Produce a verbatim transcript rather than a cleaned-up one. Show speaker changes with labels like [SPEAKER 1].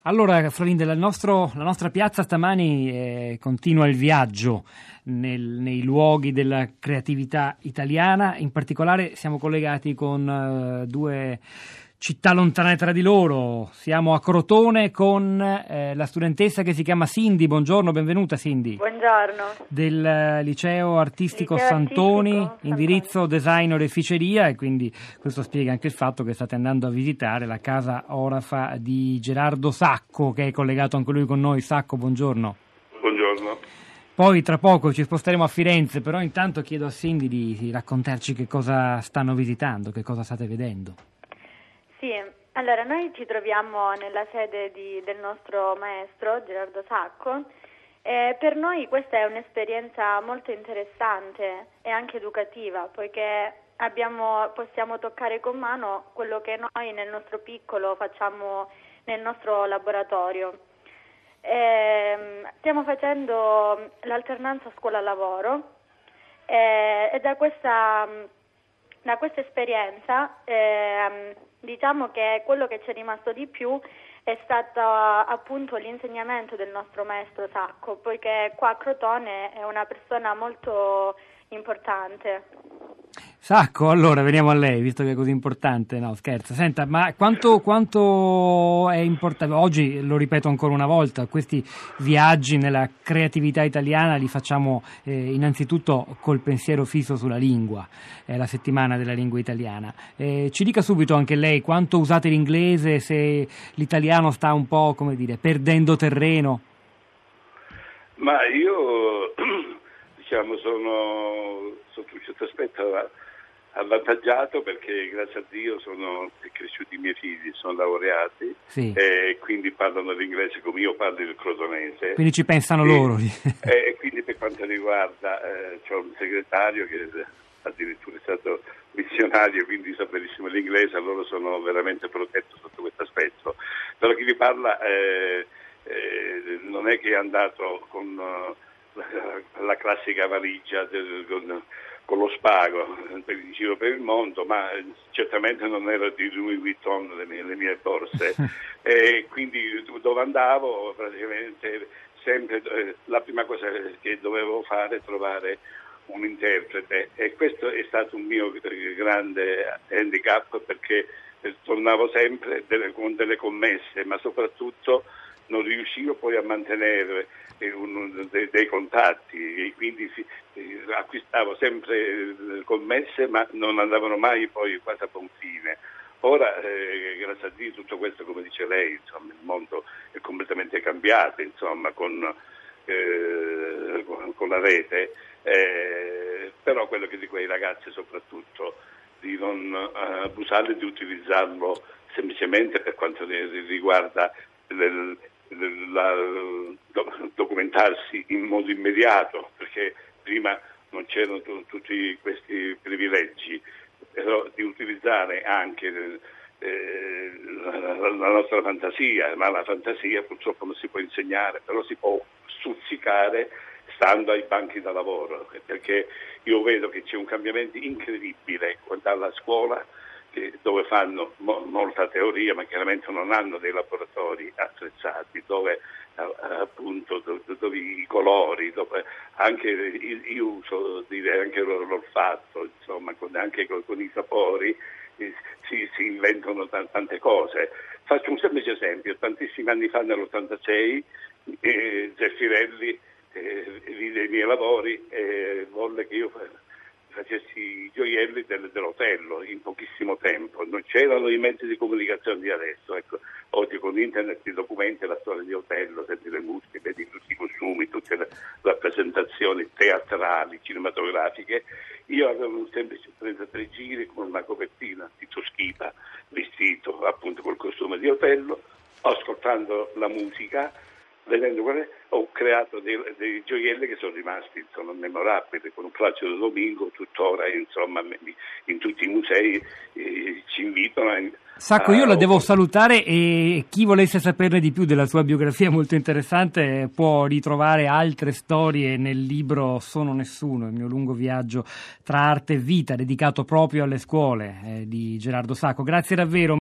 [SPEAKER 1] Allora, Florinde, la, nostro, la nostra piazza stamani eh, continua il viaggio nel, nei luoghi della creatività italiana. In particolare siamo collegati con uh, due città lontane tra di loro. Siamo a Crotone con eh, la studentessa che si chiama Cindy. Buongiorno, benvenuta Cindy.
[SPEAKER 2] Buongiorno.
[SPEAKER 1] Del uh, Liceo Artistico
[SPEAKER 2] Liceo
[SPEAKER 1] Santoni,
[SPEAKER 2] Artistico
[SPEAKER 1] indirizzo
[SPEAKER 2] Santoni.
[SPEAKER 1] design oreficeria, e quindi questo spiega anche il fatto che state andando a visitare la casa orafa di Gerardo Sacco, che è collegato anche lui con noi. Sacco, buongiorno.
[SPEAKER 3] Buongiorno.
[SPEAKER 1] Poi tra poco ci sposteremo a Firenze, però intanto chiedo a Cindy di, di raccontarci che cosa stanno visitando, che cosa state vedendo.
[SPEAKER 2] Sì, allora noi ci troviamo nella sede di, del nostro maestro Gerardo Sacco. E per noi questa è un'esperienza molto interessante e anche educativa, poiché abbiamo, possiamo toccare con mano quello che noi nel nostro piccolo facciamo nel nostro laboratorio. E stiamo facendo l'alternanza scuola-lavoro e, e da questa, da questa esperienza eh, diciamo che quello che ci è rimasto di più è stato appunto l'insegnamento del nostro maestro Sacco, poiché qua a Crotone è una persona molto importante.
[SPEAKER 1] Sacco, allora veniamo a lei, visto che è così importante. No, scherzo. Senta, ma quanto, quanto è importante, oggi lo ripeto ancora una volta, questi viaggi nella creatività italiana li facciamo eh, innanzitutto col pensiero fisso sulla lingua, è la settimana della lingua italiana. Eh, ci dica subito anche lei quanto usate l'inglese, se l'italiano sta un po', come dire, perdendo terreno.
[SPEAKER 3] Ma io diciamo sono sotto un certo aspetto avvantaggiato, perché grazie a Dio sono cresciuti i miei figli, sono laureati, sì, e quindi parlano l'inglese come io parlo il crotonese.
[SPEAKER 1] Quindi ci pensano
[SPEAKER 3] e,
[SPEAKER 1] loro.
[SPEAKER 3] E quindi per quanto riguarda, eh, c'ho un segretario che addirittura è stato missionario, quindi sa benissimo l'inglese, allora sono veramente protetto sotto questo aspetto. Però chi vi parla eh, eh, non è che è andato con uh, la, la classica valigia del, con, con lo spago per in giro per il mondo, ma certamente non era di Louis Vuitton le mie, le mie borse. E quindi dove andavo praticamente sempre eh, la prima cosa che dovevo fare è trovare un interprete, e questo è stato un mio grande handicap, perché tornavo sempre delle, con delle commesse, ma soprattutto non riuscivo poi a mantenere un, dei, dei contatti, e quindi eh, acquistavo sempre commesse, ma non andavano mai poi quasi a buon fine. Ora, eh, grazie a Dio, tutto questo, come dice lei, insomma, il mondo è completamente cambiato, insomma, con, eh, con, con la rete, eh, però quello che dico ai ragazzi soprattutto di non uh, abusarlo, di utilizzarlo semplicemente per quanto riguarda del, la, do, documentarsi in modo immediato, perché prima non c'erano t- tutti questi privilegi, però di utilizzare anche eh, la, la nostra fantasia, ma la fantasia purtroppo non si può insegnare, però si può stuzzicare stando ai banchi da lavoro, perché io vedo che c'è un cambiamento incredibile alla scuola, dove fanno mo- molta teoria, ma chiaramente non hanno dei laboratori attrezzati, dove appunto dove, dove i colori, dove anche io uso direi anche l'olfatto, insomma, con, anche con, con i sapori eh, si, si inventano t- tante cose. Faccio un semplice esempio: tantissimi anni fa, nell'ottantasei, eh, Zeffirelli eh, vide i miei lavori e volle che io facessi i gioielli del, dell'Otello in pochissimo tempo. Non c'erano i mezzi di comunicazione di adesso, ecco. Oggi con internet si documenta la storia di Otello, senti le musiche, vedi tutti i costumi, tutte le rappresentazioni teatrali, cinematografiche. Io avevo un semplice trentatré giri con una copertina di Toschipa, vestito appunto col costume di Otello, ascoltando la musica, vedendo quelle, ho creato dei, dei gioielli che sono rimasti, insomma, memorabili, con un Placido Domingo, tuttora, insomma, in tutti i musei eh, ci invitano a,
[SPEAKER 1] Sacco, io la devo salutare, e chi volesse saperne di più della sua biografia molto interessante può ritrovare altre storie nel libro Sono Nessuno, il mio lungo viaggio tra arte e vita, dedicato proprio alle scuole, eh, di Gerardo Sacco. Grazie davvero.